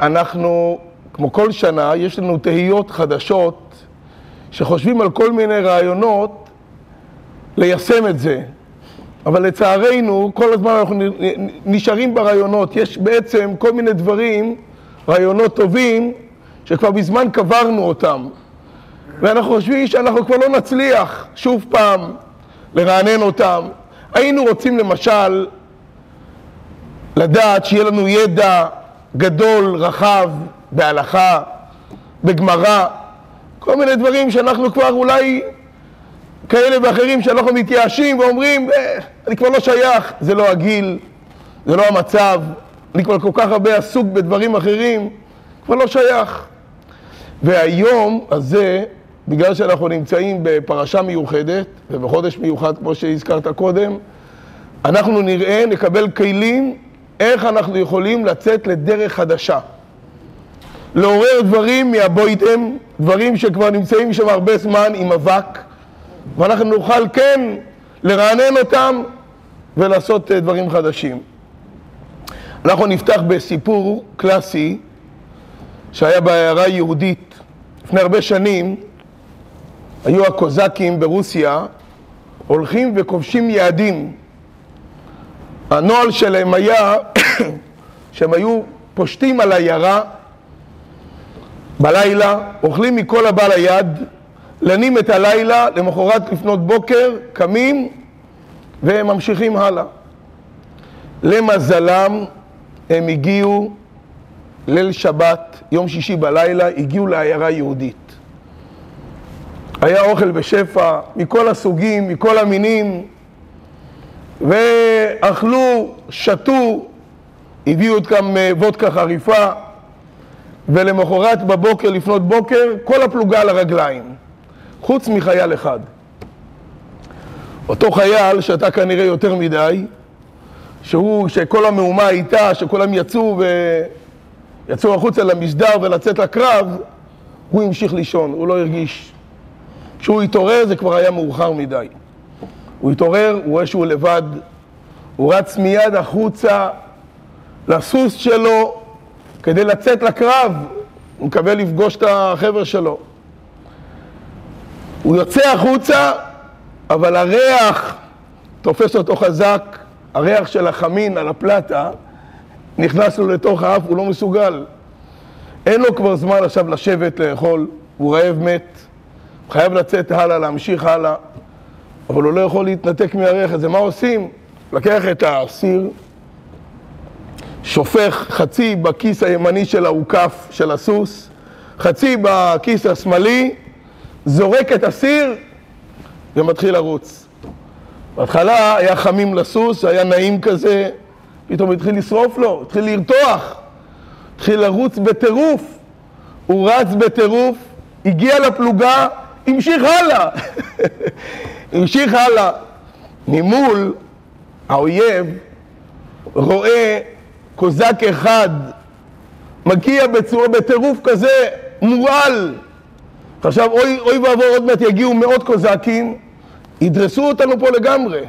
ואנחנו, כמו כל שנה, יש לנו תהיות חדשות שחושבים על כל מיני רעיונות ליישם את זה. אבל לצערנו, כל הזמן אנחנו נשארים ברעיונות. יש בעצם כל מיני דברים, רעיונות טובים, שכבר בזמן קברנו אותם. ואנחנו חושבים שאנחנו כבר לא נצליח שוב פעם לרענן אותם. היינו רוצים למשל לדעת שיהיה לנו ידע גדול, רחב, בהלכה, בגמרא, כל מיני דברים שאנחנו כבר אולי כאלה ואחרים שאנחנו מתייאשים ואומרים, אני כבר לא שייך, זה לא הגיל, זה לא המצב, אני כבר כל כך הרבה עסוק בדברים אחרים, כבר לא שייך. והיום הזה, בגלל שאנחנו נמצאים בפרשה מיוחדת, ובחודש מיוחד כמו שהזכרת קודם, אנחנו נראה, נקבל כלים, איך אנחנו יכולים לצאת לדרך חדשה. לעורר דברים מהבוידם, דברים שכבר נמצאים שם הרבה זמן עם אבק, ואנחנו נוכל כן לרענן אותם ולעשות דברים חדשים. אנחנו נפתח בסיפור קלאסי שהיה בעיירה יהודית. לפני הרבה שנים היו הקוזקים ברוסיה הולכים וכובשים יעדים. הנוהל שלהם היה שהם היו פושטים על העיירה בלילה, אוכלים מכל הבא ליד, לנים את הלילה, למחרת לפנות בוקר, קמים וממשיכים הלאה. למזלם הם הגיעו ליל שבת, יום שישי בלילה, הגיעו לעיירה יהודית. היה אוכל בשפע, מכל הסוגים, מכל המינים, ואכלו, שתו, הביאו את גם וודקה חריפה, ולמחרת בבוקר, לפנות בוקר, כל הפלוגה על הרגליים, חוץ מחייל אחד. אותו חייל שאתה כנראה יותר מדי, שכל המהומה הייתה, שכולם יצאו החוצה למסדר ולצאת לקרב, הוא המשיך לישון, הוא לא הרגיש. כשהוא התעורר זה כבר היה מאוחר מדי. הוא התעורר, הוא רואה שהוא לבד, הוא רץ מיד החוצה לסוס שלו כדי לצאת לקרב, הוא מקווה לפגוש את החבר שלו. הוא יוצא החוצה, אבל הריח תופס אותו חזק, הריח של החמין על הפלטה, נכנס לו לתוך האף, הוא לא מסוגל. אין לו כבר זמן עכשיו לשבת לאכול, הוא רעב מת, הוא חייב לצאת הלאה, להמשיך הלאה, אבל הוא לא יכול להתנתק מהריח הזה. מה עושים? לקח את הסיר, שופך חצי בכיס הימני של העוקף של הסוס, חצי בכיס השמאלי, זורק את הסיר ומתחיל לרוץ. בהתחלה היה חמים לסוס, היה נעים כזה, פתאום התחיל לשרוף לו, התחיל לרתוח, התחיל לרוץ בטירוף. הוא רץ בטירוף, הגיע לפלוגה, המשיך הלאה. המשיך הלאה. ממול האויב רואה קוזק אחד מגיע בטירוף כזה מורעל. עכשיו אוי ועבור, עוד מעט יגיעו מאות קוזקים, ידרסו אותנו פה לגמרי.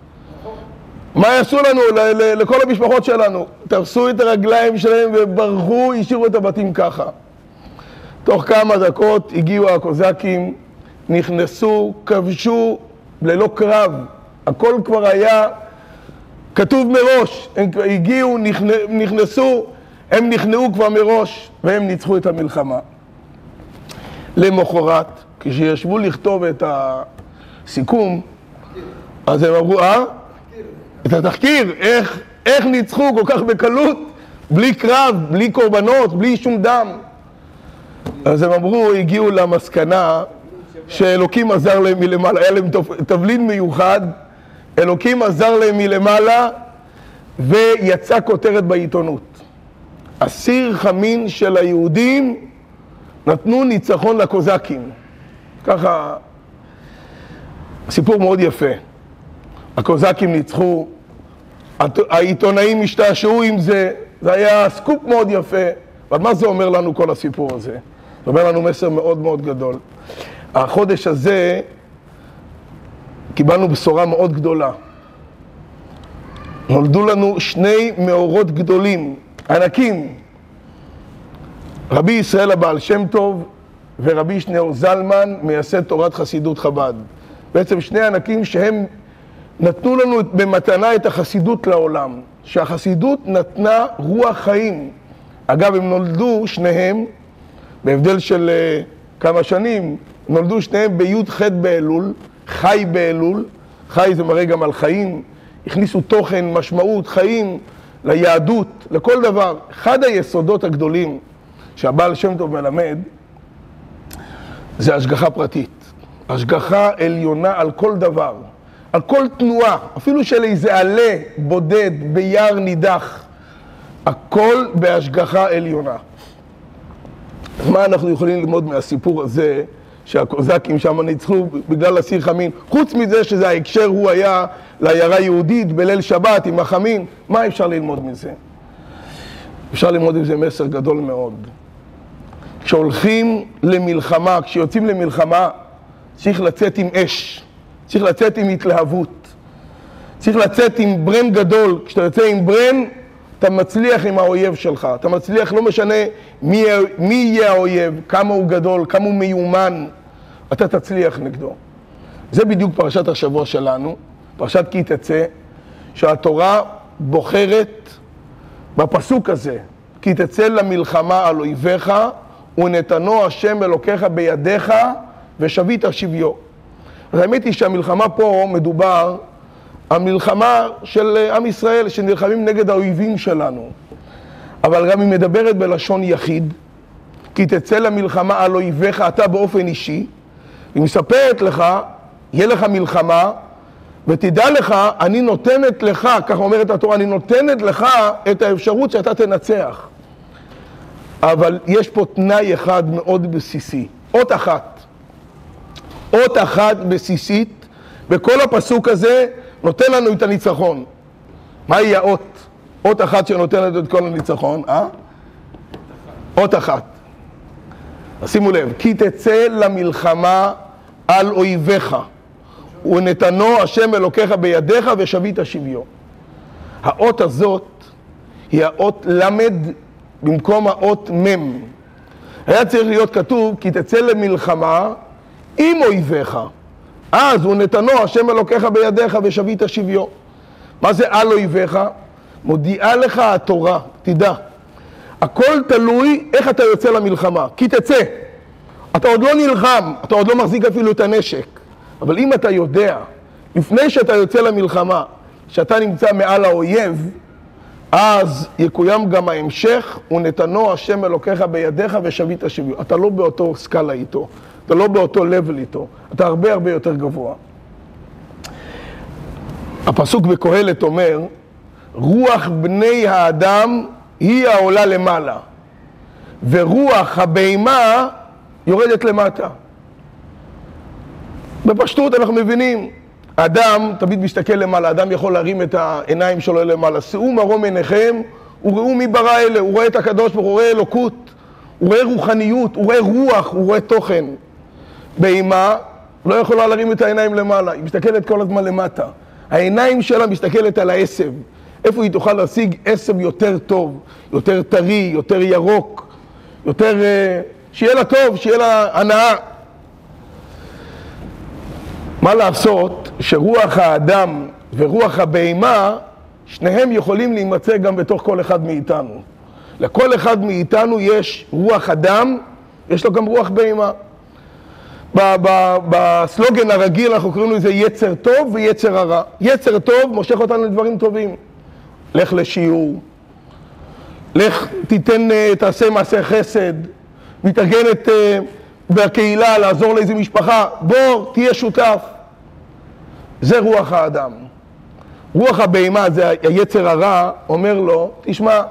מה יעשו לנו, לכל המשפחות שלנו? תרסו את הרגליים שלהם וברחו, השאירו את הבתים ככה. תוך כמה דקות הגיעו הקוזקים, נכנסו, כבשו ללא קרב. הכל כבר היה כתוב מראש. הם הגיעו, נכנסו, הם נכנעו כבר מראש, והם ניצחו את המלחמה. למחרת, כשישבו לכתוב את הסיכום, אז הם אמרו, את התחקיר, איך ניצחו כל כך בקלות, בלי קרב, בלי קורבנות, בלי שום דם. אז הם אמרו, הגיעו למסקנה שאלוקים עזר להם מלמעלה, היה להם תבלין מיוחד, אלוקים עזר להם מלמעלה, ויצא כותרת בעיתונות. הסיר חמין של היהודים נתנו ניצחון לקוזקים. ככה, סיפור מאוד יפה. הקוזקים ניצחו, העיתונאים השתעשעו עם זה, זה היה סקופ מאוד יפה. אבל מה זה אומר לנו כל הסיפור הזה? זה אומר לנו מסר מאוד מאוד גדול. החודש הזה קיבלנו בשורה מאוד גדולה. נולדו לנו שני מאורות גדולים, ענקים. רבי ישראל הבעל שם טוב ורבי שניאור זלמן, מייסד תורת חסידות חב"ד. בעצם שני ענקים שהם נתנו לנו במתנה את החסידות לעולם. שהחסידות נתנה רוח חיים. אגב, הם נולדו שניהם, בהבדל של כמה שנים, נולדו שניהם בי"ח באלול, חי באלול. חי זה מראה גם על חיים, הכניסו תוכן, משמעות, חיים ליהדות, לכל דבר. אחד היסודות הגדולים שהבעל שם טוב מלמד, זה השגחה פרטית. השגחה עליונה על כל דבר, על כל תנועה, אפילו של איזה עלה בודד ביער נידח, הכל בהשגחה עליונה. אז מה אנחנו יכולים ללמוד מהסיפור הזה, שהקוזקים שם ניצחו בגלל הסיר חמין? חוץ מזה שזה ההקשר הוא היה לעיירה יהודית בליל שבת עם החמין, מה אפשר ללמוד מזה? אפשר ללמוד מזה מסר גדול מאוד. כשהולכים למלחמה, כשיוצאים למלחמה, צריך לצאת עם אש, צריך לצאת עם התלהבות, צריך לצאת עם ברן גדול. כשאתה יוצא עם ברן, אתה מצליח עם האויב שלך, אתה מצליח, לא משנה מי יהיה האויב, כמה הוא גדול, כמה הוא מיומן, אתה תצליח נגדו. זה בדיוק פרשת השבוע שלנו, פרשת כי תצא, שהתורה בוחרת בפסוק הזה, כי תצא למלחמה על אויביך, ונתנו השם אלוקיך בידיך, ושבית שביו. אז האמת היא שהמלחמה פה מדובר, המלחמה של עם ישראל שנלחמים נגד האויבים שלנו. אבל גם היא מדברת בלשון יחיד, כי תצא למלחמה על אויביך אתה באופן אישי, היא מספרת לך, יהיה לך מלחמה, ותדע לך, אני נותנת לך, כך אומרת התורה, אני נותנת לך את האפשרות שאתה תנצח. אבל יש פה תנאי אחד מאוד בסיסי, אות אחת. אות אחת בסיסית, וכל הפסוק הזה נותן לנו את הניצחון. מהי האות? אות אחת שנותנת את כל הניצחון, אות אחת. אז שימו לב, כי תצא למלחמה על אויביך, ונתנו השם אלוקיך בידיך ושבית שביו. האות הזאת היא האות למד במקום האות מם. היה צריך להיות כתוב, כי תצא למלחמה עם אויביך. אז ונתנו השם אלוקיך בידיך ושבית שביו. מה זה על אויביך? מודיעה לך התורה, תדע. הכל תלוי איך אתה יוצא למלחמה. כי תצא. אתה עוד לא נלחם, אתה עוד לא מחזיק אפילו את הנשק. אבל אם אתה יודע, לפני שאתה יוצא למלחמה, שאתה נמצא מעל האויב, אז יקוים גם ההמשך, ונתנו השם אלוקיך בידיך ושבית שביו. אתה לא באותו סקאלה איתו, אתה לא באותו לבל איתו, אתה הרבה הרבה יותר גבוה. הפסוק בקהלת אומר, רוח בני האדם היא העולה למעלה, ורוח הבהמה יורדת למטה. בפשטות אנחנו מבינים, האדם תמיד מסתכל למעלה, האדם יכול להרים את העיניים שלו למעלה. שאו מרום עיניכם וראו מי ברא אלה, הוא רואה את הקדוש ברוך הוא, רואה אלוקות, הוא רואה רוחניות, הוא רואה רוח, הוא רואה תוכן. בהמה לא יכולה להרים את העיניים למעלה, היא מסתכלת כל הזמן למטה. העיניים שלה מסתכלת על העשב, איפה היא תוכל להשיג עשב יותר טוב, יותר טרי, יותר ירוק, יותר שיהיה לה טוב, שיהיה לה הנאה. מה לעשות שרוח האדם ורוח הבהמה, שניהם יכולים להימצא גם בתוך כל אחד מאיתנו. לכל אחד מאיתנו יש רוח אדם, יש לו גם רוח בהמה. בסלוגן הרגיל אנחנו קוראים לזה יצר טוב ויצר הרע. יצר טוב מושך אותנו לדברים טובים. לך לשיעור, לך תעשה מעשה חסד, מתארגנת בקהילה לעזור לאיזו משפחה, בוא תהיה שותף. זה רוח האדם. רוח הבהמה, זה היצר הרע, אומר לו, תשמע,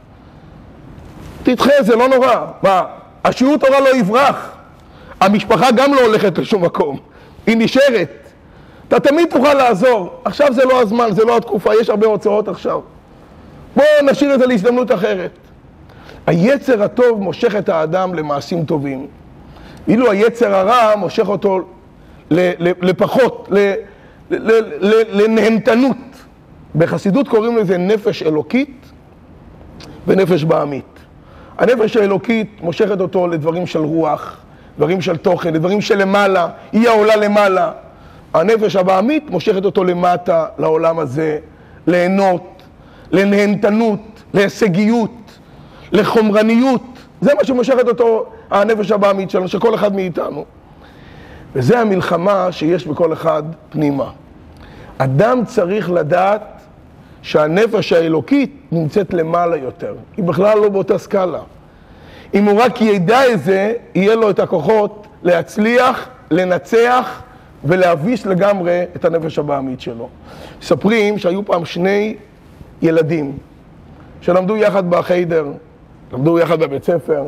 תדחה, זה לא נורא. מה? השיעור תורה לא יברח. המשפחה גם לא הולכת לשום מקום. היא נשארת. אתה תמיד תוכל לעזור. עכשיו זה לא הזמן, זה לא התקופה, יש הרבה הוצאות עכשיו. בוא נשאיר את זה להזדמנות אחרת. היצר הטוב מושך את האדם למעשים טובים. אילו היצר הרע מושך אותו לפחות, לנהנתנות. בחסידות קוראים לזה נפש אלוקית ונפש בעמית. הנפש האלוקית מושכת אותו לדברים של רוח, דברים של תוכן, לדברים של למעלה, היא העולה למעלה. הנפש הבעמית מושכת אותו למטה, לעולם הזה, ליהנות, לנהנתנות, להישגיות, לחומרניות. זה מה שמושכת אותו, הנפש הבעמית שלנו, שכל אחד מאיתנו. וזה המלחמה שיש בכל אחד פנימה. אדם צריך לדעת שהנפש האלוקית נמצאת למעלה יותר. היא בכלל לא באותה סקאלה. אם הוא רק ידע את זה, יהיה לו את הכוחות להצליח, לנצח ולהביס לגמרי את הנפש הבעמית שלו. מספרים שהיו פעם שני ילדים שלמדו יחד בחיידר, למדו יחד בבית ספר,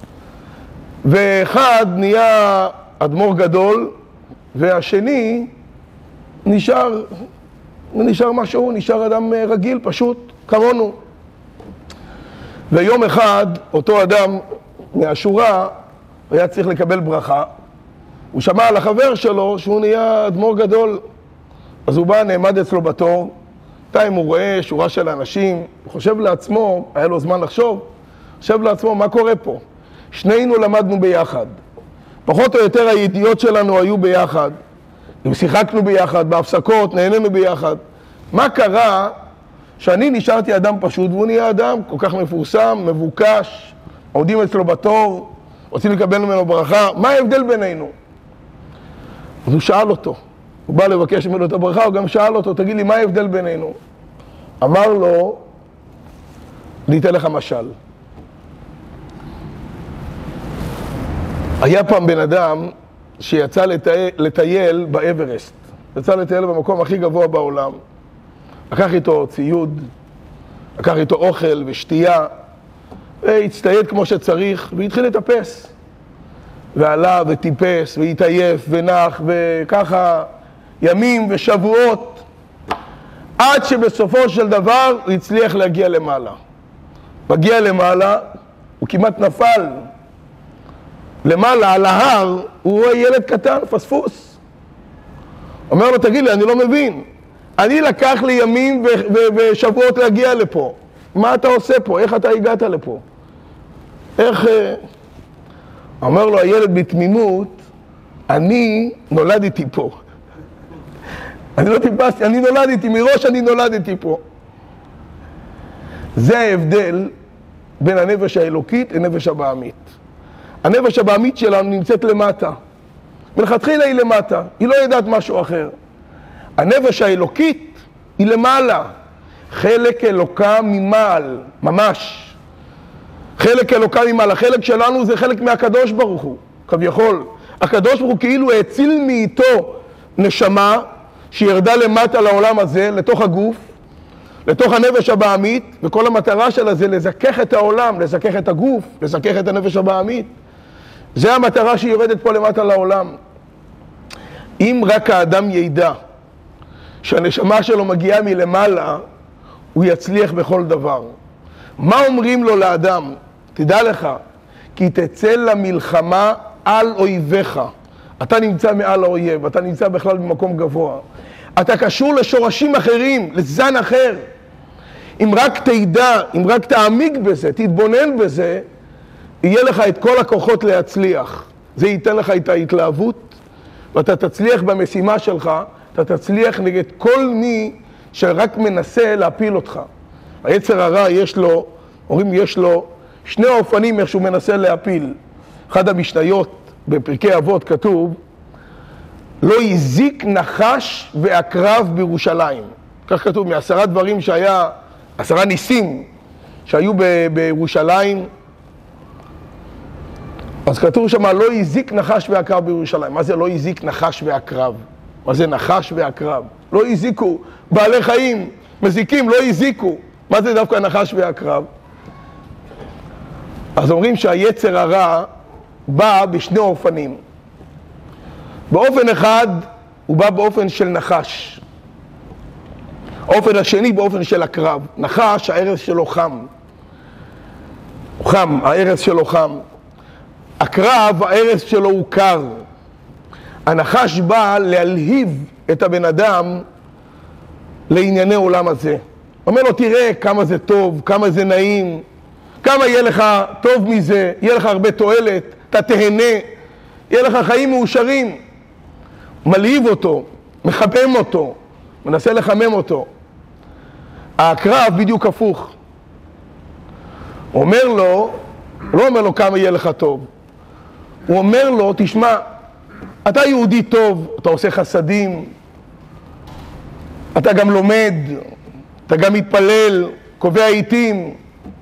ואחד נהיה אדמו"ר גדול, והשני נשאר משהו, נשאר אדם רגיל, פשוט, כמונו. ויום אחד, אותו אדם מהשורה היה צריך לקבל ברכה, הוא שמע על החבר שלו שהוא נהיה אדמו"ר גדול, אז הוא בא, נעמד אצלו בתור, בינתיים הוא רואה שורה של אנשים, הוא חושב לעצמו, היה לו זמן לחשוב, חושב לעצמו, מה קורה פה? שנינו למדנו ביחד, פחות או יותר הידיעות שלנו היו ביחד, שיחקנו ביחד, בהפסקות, נהנינו ביחד. מה קרה שאני נשארתי אדם פשוט והוא נהיה אדם כל כך מפורסם, מבוקש, עומדים אצלו בתור, רוצים לקבל ממנו ברכה, מה ההבדל בינינו? אז הוא שאל אותו, הוא בא לבקש ממנו את הברכה, הוא גם שאל אותו, תגיד לי, מה ההבדל בינינו? אמר לו, אני אתן לך משל. היה פעם בן אדם שיצא לטייל באברסט, יצא לטייל במקום הכי גבוה בעולם, לקח איתו ציוד, לקח איתו אוכל ושתייה, והצטייד כמו שצריך, והתחיל לטפס. ועלה וטיפס והתעייף ונח, וככה ימים ושבועות, עד שבסופו של דבר הוא הצליח להגיע למעלה. מגיע למעלה, הוא כמעט נפל. למעלה, על ההר, הוא רואה ילד קטן, פספוס. אומר לו, תגיד לי, אני לא מבין. אני לקח לי ימים ושבועות להגיע לפה. מה אתה עושה פה? איך אתה הגעת לפה? איך... אומר לו הילד בתמימות, אני נולדתי פה. אני לא טיפסתי, אני נולדתי, מראש אני נולדתי פה. זה ההבדל בין הנפש האלוקית לנפש הבעמית. הנפש הבעמית שלנו נמצאת למטה. מלכתחילה היא למטה, היא לא יודעת משהו אחר. הנפש האלוקית היא למעלה. חלק אלוקה ממעל, ממש. חלק אלוקה ממעל. החלק שלנו זה חלק מהקדוש ברוך הוא, כביכול. הקדוש ברוך הוא כאילו האציל מאיתו נשמה שירדה למטה לעולם הזה, לתוך הגוף, לתוך הנפש הבעמית, וכל המטרה שלה זה לזכך את העולם, לזכך את הגוף, לזכך את הנפש הבעמית. זה המטרה שהיא יורדת פה למטה לעולם. אם רק האדם ידע שהנשמה שלו מגיעה מלמעלה, הוא יצליח בכל דבר. מה אומרים לו לאדם? תדע לך, כי תצא למלחמה על אויביך. אתה נמצא מעל האויב, אתה נמצא בכלל במקום גבוה. אתה קשור לשורשים אחרים, לזן אחר. אם רק תדע, אם רק תעמיק בזה, תתבונן בזה, יהיה לך את כל הכוחות להצליח. זה ייתן לך את ההתלהבות, ואתה תצליח במשימה שלך, אתה תצליח נגד כל מי שרק מנסה להפיל אותך. היצר הרע יש לו, אומרים יש לו שני אופנים איך שהוא מנסה להפיל. אחד המשניות בפרקי אבות כתוב, לא יזיק נחש ועקרב בירושלים. כך כתוב, מ10 דברים שהיה, 10 ניסים שהיו בירושלים, אז כתוב שם, לא יזיק נחש ועקרב בירושלים. מה זה לא יזיק נחש ועקרב? מה זה נחש ועקרב? לא יזיקו, בעלי חיים, מזיקים, לא יזיקו. מה זה דווקא נחש ועקרב? אז אומרים שהיצר הרע בא בשני אופנים. באופן אחד הוא בא באופן של נחש. האופן השני באופן של עקרב. נחש, הארז שלו חם. הוא חם, הארז שלו חם. עקרב, הארז שלו הוא קר. הנחש בא להלהיב את הבן אדם לענייני עולם הזה. אומר לו, תראה כמה זה טוב, כמה זה נעים, כמה יהיה לך טוב מזה, יהיה לך הרבה תועלת, אתה תהנה, יהיה לך חיים מאושרים. מלהיב אותו, מחמם אותו, מנסה לחמם אותו. הקרב בדיוק הפוך. הוא אומר לו, לא אומר לו כמה יהיה לך טוב. הוא אומר לו, תשמע, אתה יהודי טוב, אתה עושה חסדים, אתה גם לומד, אתה גם מתפלל, קובע עיתים,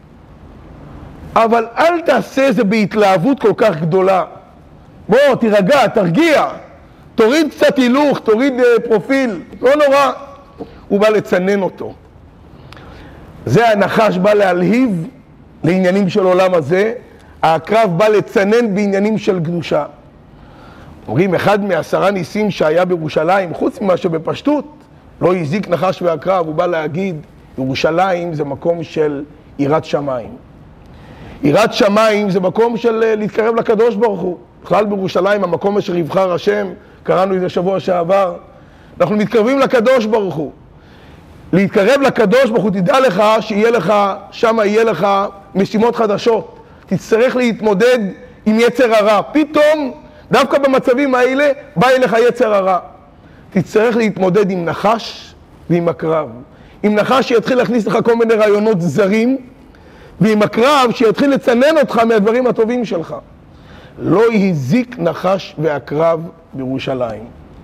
אבל אל תעשה זה בהתלהבות כל כך גדולה. בוא, תירגע, תרגיע, תוריד קצת הילוך, תוריד פרופיל, לא נורא. הוא בא לצנן אותו. זה הנחש בא להלהיב לעניינים של עולם הזה, הקרב בא לצנן בעניינים של קדושה. אומרים, אחד מ10 ניסים שהיה בירושלים, חוץ ממה שבפשטות, לא הזיק נחש והקרב, הוא בא להגיד, ירושלים זה מקום של יראת שמיים. יראת שמיים זה מקום של להתקרב לקדוש ברוך הוא. בכלל בירושלים, המקום אשר יבחר השם, קראנו את זה שבוע שעבר, אנחנו מתקרבים לקדוש ברוך הוא. להתקרב לקדוש ברוך הוא, תדע לך שיהיה לך, שם יהיה לך משימות חדשות. תצטרך להתמודד עם יצר הרע. פתאום, דווקא במצבים האלה, בא אליך יצר הרע. תצטרך להתמודד עם נחש ועם הקרב. עם נחש שיתחיל להכניס לך כל מיני רעיונות זרים, ועם הקרב שיתחיל לצנן אותך מהדברים הטובים שלך. לא יזיק נחש והקרב בירושלים.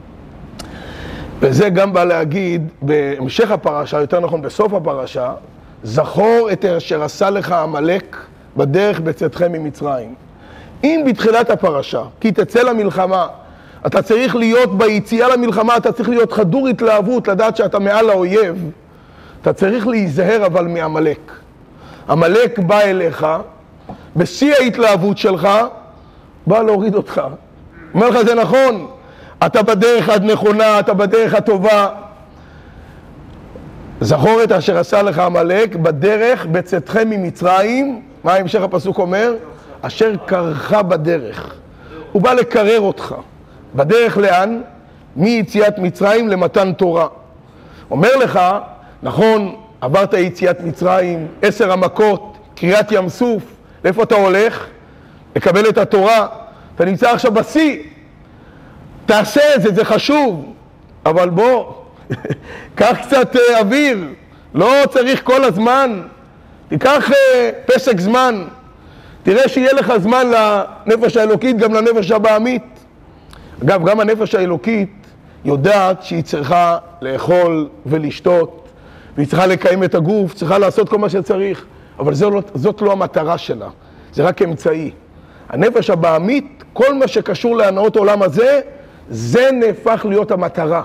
וזה גם בא להגיד בהמשך הפרשה, יותר נכון בסוף הפרשה, זכור את אשר עשה לך עמלק בדרך בצאתכם ממצרים. אם בתחילת הפרשה, כי תצא למלחמה, אתה צריך להיות ביציאה למלחמה, אתה צריך להיות חדור התלהבות, לדעת שאתה מעל האויב, אתה צריך להיזהר אבל מעמלק. עמלק בא אליך, בשיא ההתלהבות שלך, בא להוריד אותך. אומר לך, זה נכון, אתה בדרך הנכונה, אתה בדרך הטובה. זכור את אשר עשה לך עמלק בדרך בצאתכם ממצרים. מה המשך הפסוק אומר? אשר קרך בדרך. הוא בא לקרר אותך. בדרך לאן? מיציאת מצרים למתן תורה. אומר לך, נכון, עברת יציאת מצרים, 10 המכות, קריאת ים סוף, לאיפה אתה הולך? לקבל את התורה. אתה נמצא עכשיו בשיא. תעשה את זה, זה חשוב. אבל בוא, קח קצת אוויר. לא צריך כל הזמן. תיקח פסק זמן. תראה שיהיה לך זמן לנפש האלוקית, גם לנפש הבעמית. אגב, גם הנפש האלוקית יודעת שהיא צריכה לאכול ולשתות, והיא צריכה לקיים את הגוף, צריכה לעשות כל מה שצריך, אבל זאת לא המטרה שלה, זה רק אמצעי. הנפש הבעמית, כל מה שקשור להנאות העולם הזה, זה נהפך להיות המטרה.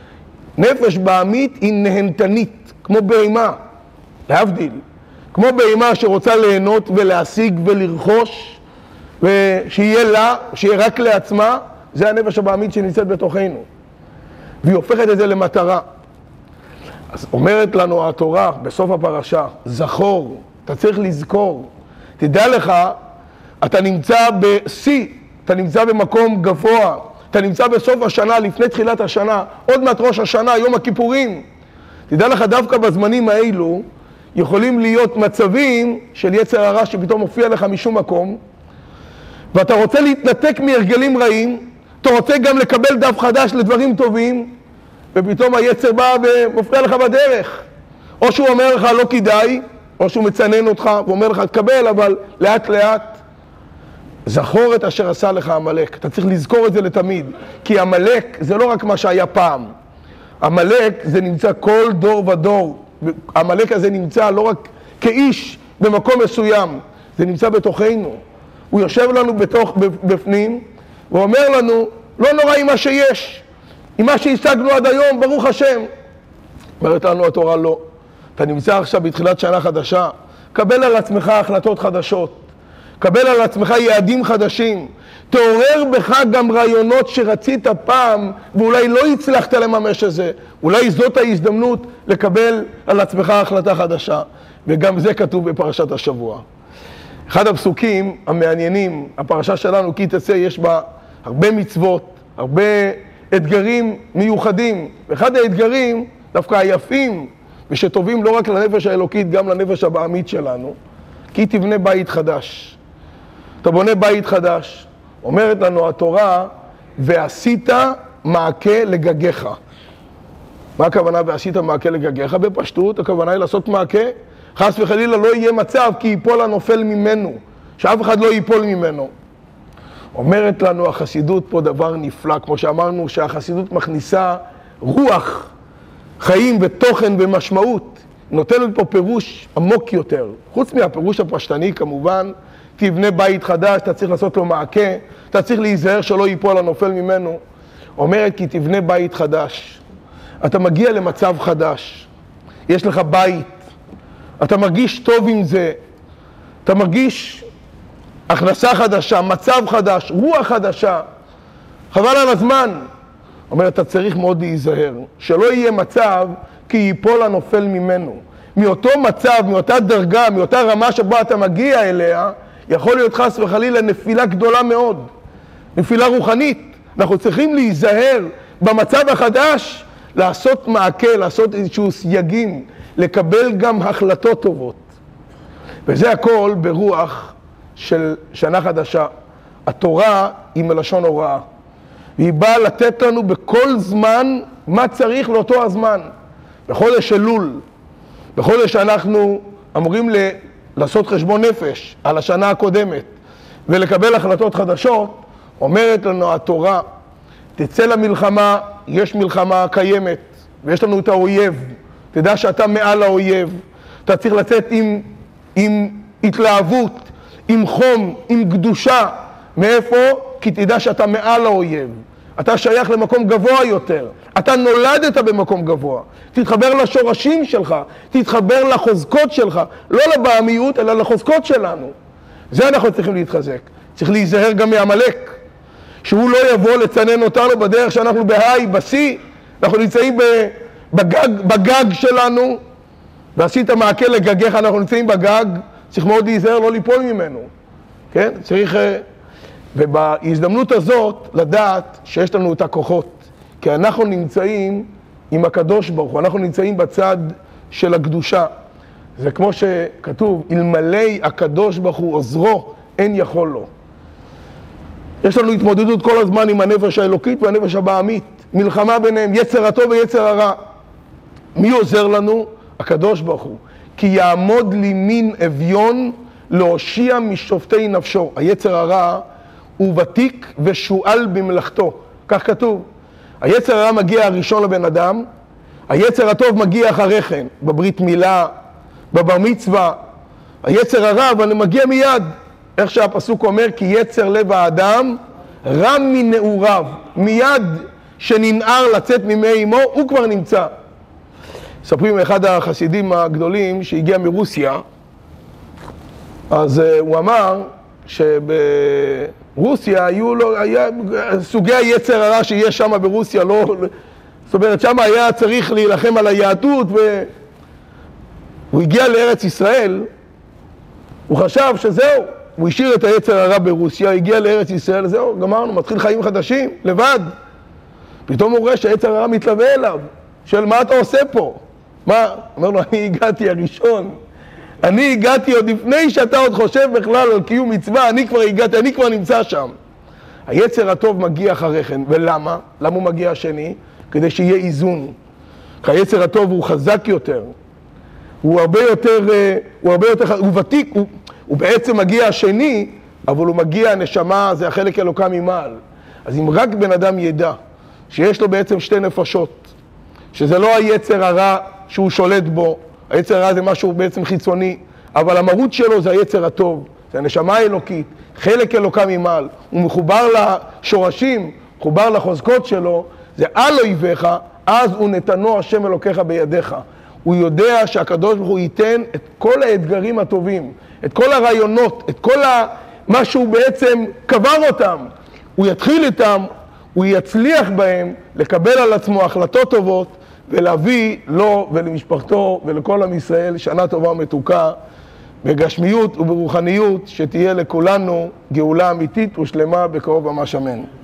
נפש בעמית היא נהנתנית, כמו בהמה, להבדיל. כמו בהמה שרוצה ליהנות ולהשיג ולרכוש, ושיהיה לה, שיהיה רק לעצמה, זה הנפש הבעמית שנמצאת בתוכנו. והיא הופכת את זה למטרה. אז אומרת לנו התורה בסוף הפרשה, זכור, אתה צריך לזכור. תדע לך, אתה נמצא בשיא, אתה נמצא במקום גבוה, אתה נמצא בסוף השנה, לפני תחילת השנה, עוד מעט ראש השנה, יום הכיפורים. תדע לך, דווקא בזמנים האלו, יכולים להיות מצבים של יצר הרע שפתאום מופיע לך משום מקום, ואתה רוצה להתנתק מהרגלים רעים, אתה רוצה גם לקבל דף חדש לדברים טובים, ופתאום היצר בא ומפריע לך בדרך. או שהוא אומר לך לא כדאי, או שהוא מצנן אותך ואומר לך תקבל, אבל לאט לאט. זכור את אשר עשה לך עמלק. אתה צריך לזכור את זה לתמיד. כי עמלק זה לא רק מה שהיה פעם. עמלק זה נמצא כל דור ודור. עמלק הזה נמצא לא רק כאיש במקום מסוים, זה נמצא בתוכנו. הוא יושב לנו בפנים ואומר לנו, לא נורא עם מה שיש, עם מה שהשגנו עד היום, ברוך השם. אומרת לנו התורה, לא. אתה נמצא עכשיו בתחילת שנה חדשה, קבל על עצמך החלטות חדשות, קבל על עצמך יעדים חדשים, תעורר בך גם רעיונות שרצית פעם ואולי לא הצלחת לממש את זה, אולי זאת ההזדמנות לקבל על עצמך החלטה חדשה, וגם זה כתוב בפרשת השבוע. אחד הפסוקים המעניינים, הפרשה שלנו כי תצא, יש בה הרבה מצוות, הרבה אתגרים מיוחדים, ואחד האתגרים דווקא היפים ושטובים לא רק לנפש האלוקית, גם לנפש הבעמית שלנו, כי כי תבנה בית חדש. אתה בונה בית חדש. אומרת לנו התורה, ועשית מעקה לגגיך. מה הכוונה ועשית מעקה לגגיך? בפשטות, הכוונה היא לעשות מעקה. חס וחלילה לא יהיה מצב כי ייפול הנופל ממנו, שאף אחד לא ייפול ממנו. אומרת לנו החסידות פה דבר נפלא, כמו שאמרנו שהחסידות מכניסה רוח, חיים ותוכן ומשמעות. נותנת פה פירוש עמוק יותר. חוץ מהפירוש הפשטני כמובן, תבנה בית חדש, אתה צריך לעשות לו מעקה, אתה צריך להיזהר שלא ייפול הנופל ממנו. אומרת כי תבנה בית חדש. אתה מגיע למצב חדש, יש לך בית, אתה מרגיש טוב עם זה, אתה מרגיש הכנסה חדשה, מצב חדש, רוח חדשה, חבל על הזמן. אומרת, אתה צריך מאוד להיזהר, שלא יהיה מצב כי ייפול הנופל ממנו. מאותו מצב, מאותה דרגה, מאותה רמה שבה אתה מגיע אליה, יכול להיות חס וחלילה נפילה גדולה מאוד, נפילה רוחנית. אנחנו צריכים להיזהר במצב החדש, לעשות מעקה, לעשות איזשהו סייגים, לקבל גם החלטות טובות. וזה הכל ברוח של שנה חדשה. התורה היא מלשון הוראה. והיא באה לתת לנו בכל זמן מה צריך לאותו הזמן. בחודש אלול, בחודש אנחנו אמורים לעשות חשבון נפש על השנה הקודמת ולקבל החלטות חדשות. אומרת לנו התורה, תצא למלחמה, יש מלחמה קיימת ויש לנו את האויב. תדע שאתה מעל האויב. אתה צריך לצאת עם התלהבות, עם חום, עם קדושה. מאיפה? כי תדע שאתה מעל האויב. אתה שייך למקום גבוה יותר. אתה נולדת במקום גבוה. תתחבר לשורשים שלך, תתחבר לחוזקות שלך. לא לבעמיות, אלא לחוזקות שלנו. זה אנחנו צריכים להתחזק. צריך להיזהר גם מעמלק. שהוא לא יבוא לצנן אותנו בדרך שאנחנו בהיי, בסי. אנחנו נמצאים בגג שלנו. ועשית מעקה לגגיך, אנחנו נמצאים בגג. צריך מאוד להיזהר, לא ליפול ממנו. כן? צריך... ובהזדמנות הזאת לדעת שיש לנו את הכוחות, כי אנחנו נמצאים עם הקדוש ברוך הוא, אנחנו נמצאים בצד של הקדושה. זה כמו שכתוב, אלמלא הקדוש ברוך הוא עוזרו, אין יכול לו. יש לנו התמודדות כל הזמן עם הנפש האלוקית והנפש הבעמית, מלחמה ביניהם, יצר הטוב ויצר הרע. מי עוזר לנו? הקדוש ברוך הוא. כי יעמוד לימין אביון להושיע משופטי נפשו. היצר הרע הוא ותיק ושואל במלאכתו, כך כתוב. היצר הרע מגיע הראשון לבן אדם, היצר הטוב מגיע אחרי כן, בברית מילה, בבר מצווה. היצר הרע אבל מגיע מיד, איך שהפסוק אומר, כי יצר לב האדם רע מנעוריו, מיד שננער לצאת ממי אמו, הוא כבר נמצא. מספרים אחד החסידים הגדולים שהגיע מרוסיה, אז הוא אמר שברוסיה היה סוגי היצר הרע שיש שם ברוסיה, לא, זאת אומרת שם היה צריך להילחם על היהדות, והוא הגיע לארץ ישראל, הוא חשב שזהו, הוא השאיר את היצר הרע ברוסיה, הגיע לארץ ישראל, זהו, גמרנו, מתחיל חיים חדשים, לבד. פתאום הוא רואה שהיצר הרע מתלווה אליו, שואל, מה אתה עושה פה? מה? אומר לו, אני הגעתי הראשון. אני הגעתי עוד לפני שאתה עוד חושב בכלל על קיום מצווה, אני כבר הגעתי, אני כבר נמצא שם. היצר הטוב מגיע אחרי כן, ולמה? למה הוא מגיע השני? כדי שיהיה איזון. כי היצר הטוב הוא חזק יותר, הוא הרבה יותר, הוא ותיק, הוא בעצם מגיע השני, אבל הוא מגיע הנשמה, זה החלק אלוקה ממעל. אז אם רק בן אדם ידע שיש לו בעצם שתי נפשות, שזה לא היצר הרע שהוא שולט בו, היצר הרע זה משהו בעצם חיצוני, אבל המהות שלו זה היצר הטוב, זה הנשמה האלוקית, חלק אלוקה ממעל, הוא מחובר לשורשים, מחובר לחוזקות שלו, זה על אויביך, אז הוא נתנו השם אלוקיך בידיך. הוא יודע שהקדוש ברוך הוא ייתן את כל האתגרים הטובים, את כל הרעיונות, את כל מה שהוא בעצם קבר אותם. הוא יתחיל איתם, הוא יצליח בהם לקבל על עצמו החלטות טובות, ולהביא לו ולמשפחתו ולכל עם ישראל שנה טובה ומתוקה, בגשמיות וברוחניות, שתהיה לכולנו גאולה אמיתית ושלמה בקרוב ממש אמן.